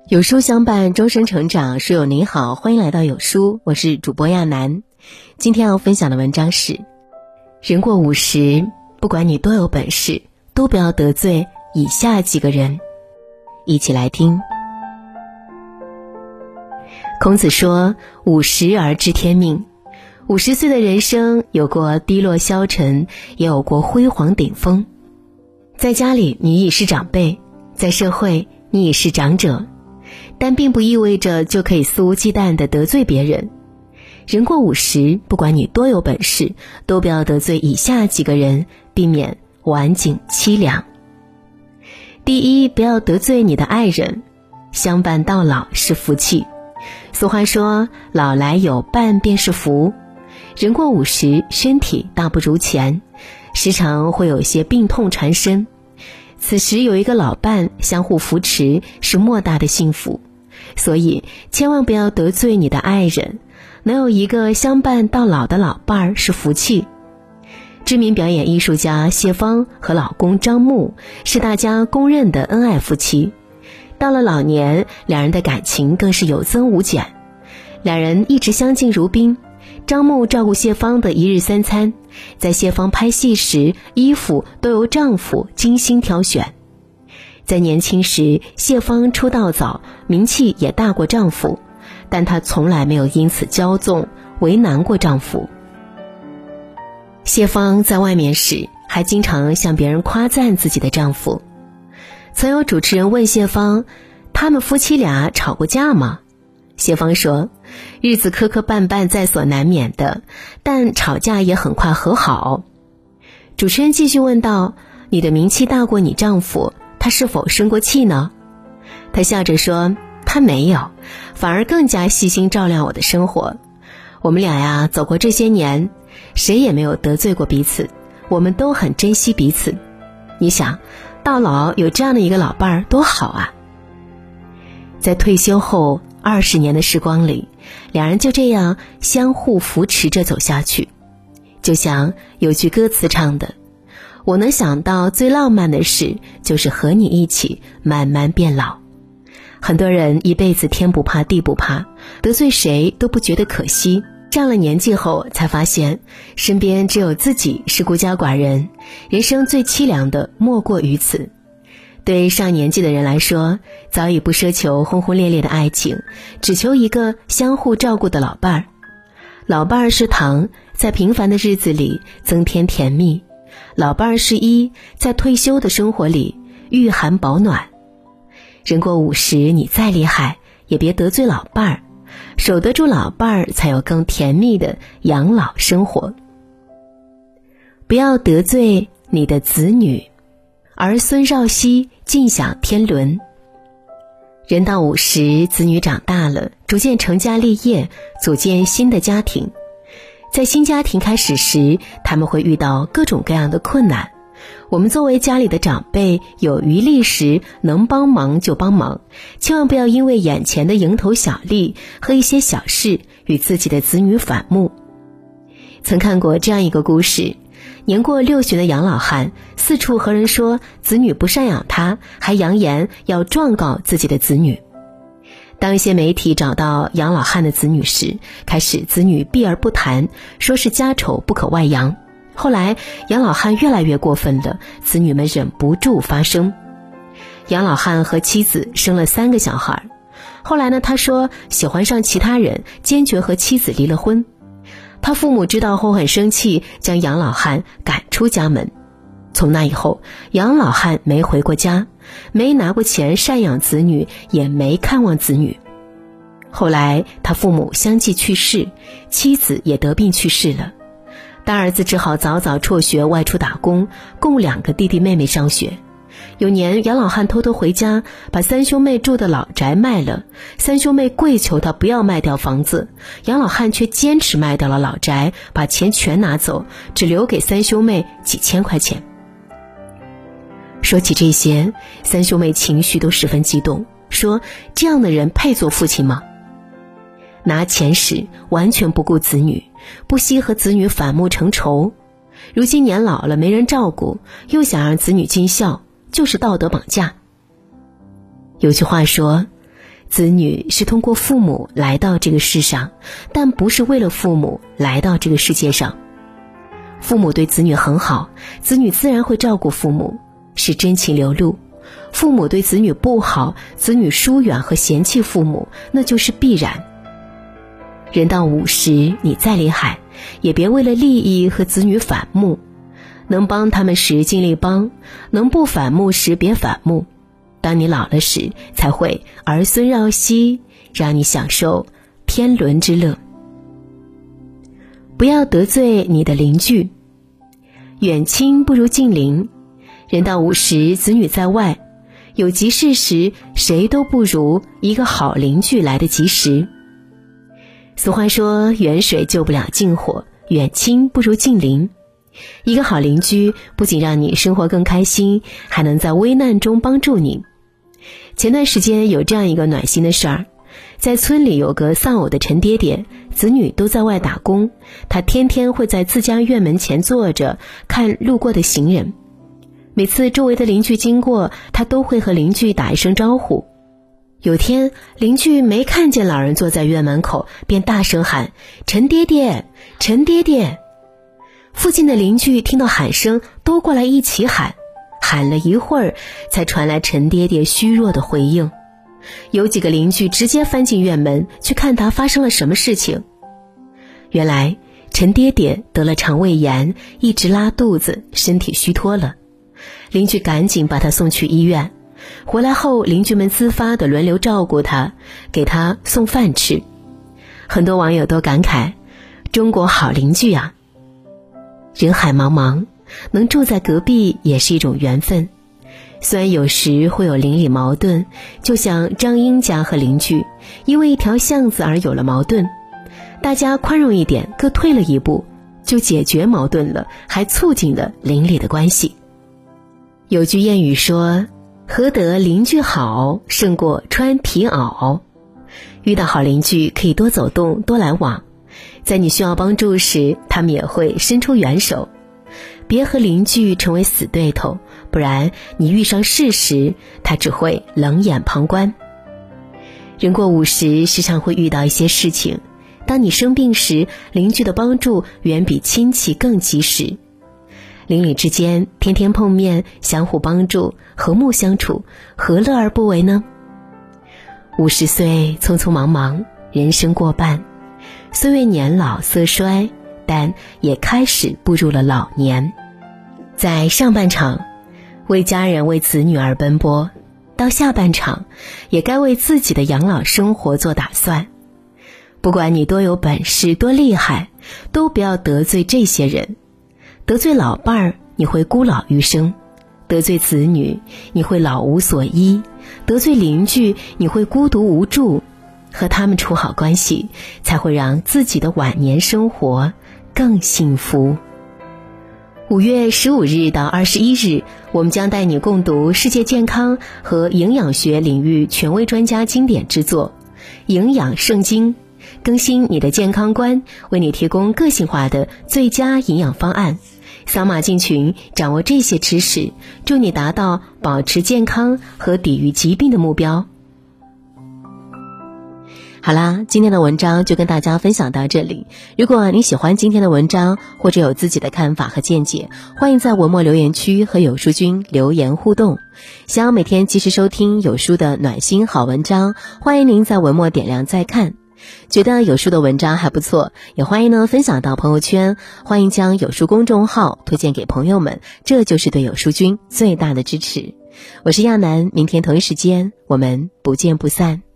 有书相伴，终身成长。书友您好，欢迎来到有书，我是主播亚楠。今天要分享的文章是：人过50，不管你多有本事，都不要得罪以下几个人。一起来听。孔子说：50而知天命。50岁的人生，有过低落消沉，也有过辉煌顶峰。在家里，你已是长辈；在社会，你已是长者。但并不意味着就可以肆无忌惮地得罪别人。人过50，不管你多有本事，都不要得罪以下几个人，避免晚景凄凉。第一，不要得罪你的爱人，相伴到老是福气。俗话说，老来有伴便是福。人过50，身体大不如前，时常会有一些病痛缠身。此时有一个老伴相互扶持，是莫大的幸福。所以千万不要得罪你的爱人，能有一个相伴到老的老伴儿是福气。知名表演艺术家谢芳和老公张牧是大家公认的恩爱夫妻，到了老年，两人的感情更是有增无减。两人一直相敬如宾，张牧照顾谢芳的一日三餐，在谢芳拍戏时，衣服都由丈夫精心挑选。在年轻时，谢芳出道早，名气也大过丈夫，但她从来没有因此骄纵，为难过丈夫。谢芳在外面时，还经常向别人夸赞自己的丈夫。曾有主持人问谢芳，他们夫妻俩吵过架吗？谢芳说，日子磕磕绊绊在所难免的，但吵架也很快和好。主持人继续问道，你的名气大过你丈夫，他是否生过气呢？他笑着说，他没有，反而更加细心照料我的生活。我们俩呀，走过这些年，谁也没有得罪过彼此，我们都很珍惜彼此。你想，到老有这样的一个老伴儿多好啊！在退休后20年的时光里，两人就这样相互扶持着走下去。就像有句歌词唱的，我能想到最浪漫的事，就是和你一起慢慢变老。很多人一辈子天不怕地不怕，得罪谁都不觉得可惜。上了年纪后才发现，身边只有自己是孤家寡人，人生最凄凉的莫过于此。对上年纪的人来说，早已不奢求轰轰烈烈的爱情，只求一个相互照顾的老伴儿。老伴儿是糖，在平凡的日子里增添甜蜜；老伴儿是衣，在退休的生活里御寒保暖。人过50，你再厉害，也别得罪老伴儿，守得住老伴儿，才有更甜蜜的养老生活。不要得罪你的子女，儿孙绕膝，尽享天伦。人到50，子女长大了，逐渐成家立业，组建新的家庭。在新家庭开始时，他们会遇到各种各样的困难。我们作为家里的长辈，有余力时能帮忙就帮忙，千万不要因为眼前的蝇头小利和一些小事与自己的子女反目。曾看过这样一个故事，年过60的养老汉四处和人说子女不赡养他，还扬言要状告自己的子女。当一些媒体找到养老汉的子女时，开始子女避而不谈，说是家丑不可外扬。后来养老汉越来越过分了，子女们忍不住发声。养老汉和妻子生了3个小孩，后来呢，他说喜欢上其他人，坚决和妻子离了婚。他父母知道后很生气，将养老汉赶出家门。从那以后，养老汉没回过家，没拿过钱赡养子女，也没看望子女。后来他父母相继去世，妻子也得病去世了。大儿子只好早早辍学外出打工，供2个弟弟妹妹上学。有年养老汉偷偷回家，把3兄妹住的老宅卖了，3兄妹跪求他不要卖掉房子，养老汉却坚持卖掉了老宅，把钱全拿走，只留给3兄妹几千块钱。说起这些，3兄妹情绪都十分激动，说这样的人配做父亲吗？拿钱时完全不顾子女，不惜和子女反目成仇。如今年老了没人照顾，又想让子女尽孝，就是道德绑架。有句话说， 子女是通过父母来到这个世上，但不是为了父母来到这个世界上。父母对子女很好，子女自然会照顾父母，是真情流露。父母对子女不好，子女疏远和嫌弃父母，那就是必然。人到50，你再厉害，也别为了利益和子女反目。能帮他们时尽力帮，能不反目时别反目。当你老了时，才会儿孙绕膝，让你享受天伦之乐。不要得罪你的邻居，远亲不如近邻。人到50，子女在外，有急事时，谁都不如一个好邻居来得及时。俗话说，远水救不了近火，远亲不如近邻。一个好邻居不仅让你生活更开心，还能在危难中帮助你。前段时间有这样一个暖心的事儿，在村里有个丧偶的陈爹爹，子女都在外打工，他天天会在自家院门前坐着看路过的行人。每次周围的邻居经过，他都会和邻居打一声招呼。有天邻居没看见老人坐在院门口，便大声喊：陈爹爹，陈爹爹。附近的邻居听到喊声都过来一起喊，喊了一会儿才传来陈爹爹虚弱的回应。有几个邻居直接翻进院门去看他发生了什么事情。原来陈爹爹得了肠胃炎，一直拉肚子，身体虚脱了。邻居赶紧把他送去医院，回来后邻居们自发地轮流照顾他，给他送饭吃。很多网友都感慨，中国好邻居啊。人海茫茫，能住在隔壁也是一种缘分。虽然有时会有邻里矛盾，就像张英家和邻居因为一条巷子而有了矛盾，大家宽容一点，各退了一步，就解决矛盾了，还促进了邻里的关系。有句谚语说，何得邻居好，胜过穿皮袄。遇到好邻居可以多走动，多来往，在你需要帮助时，他们也会伸出援手。别和邻居成为死对头，不然你遇上事时，他只会冷眼旁观。人过50，时常会遇到一些事情，当你生病时，邻居的帮助远比亲戚更及时。邻里之间天天碰面，相互帮助，和睦相处，何乐而不为呢？50岁匆匆忙忙，人生过半，虽未年老色衰，但也开始步入了老年。在上半场，为家人为子女而奔波，到下半场，也该为自己的养老生活做打算。不管你多有本事，多厉害，都不要得罪这些人。得罪老伴儿，你会孤老余生；得罪子女，你会老无所依；得罪邻居，你会孤独无助。和他们处好关系，才会让自己的晚年生活更幸福。5月15日到21日，我们将带你共读世界健康和营养学领域权威专家经典之作《营养圣经》，更新你的健康观，为你提供个性化的最佳营养方案。扫码进群，掌握这些知识，祝你达到保持健康和抵御疾病的目标。好啦，今天的文章就跟大家分享到这里。如果你喜欢今天的文章，或者有自己的看法和见解，欢迎在文末留言区和有书君留言互动。想要每天及时收听有书的暖心好文章，欢迎您在文末点亮再看。觉得有书的文章还不错，也欢迎呢分享到朋友圈，欢迎将有书公众号推荐给朋友们，这就是对有书君最大的支持。我是亚楠，明天同一时间我们不见不散。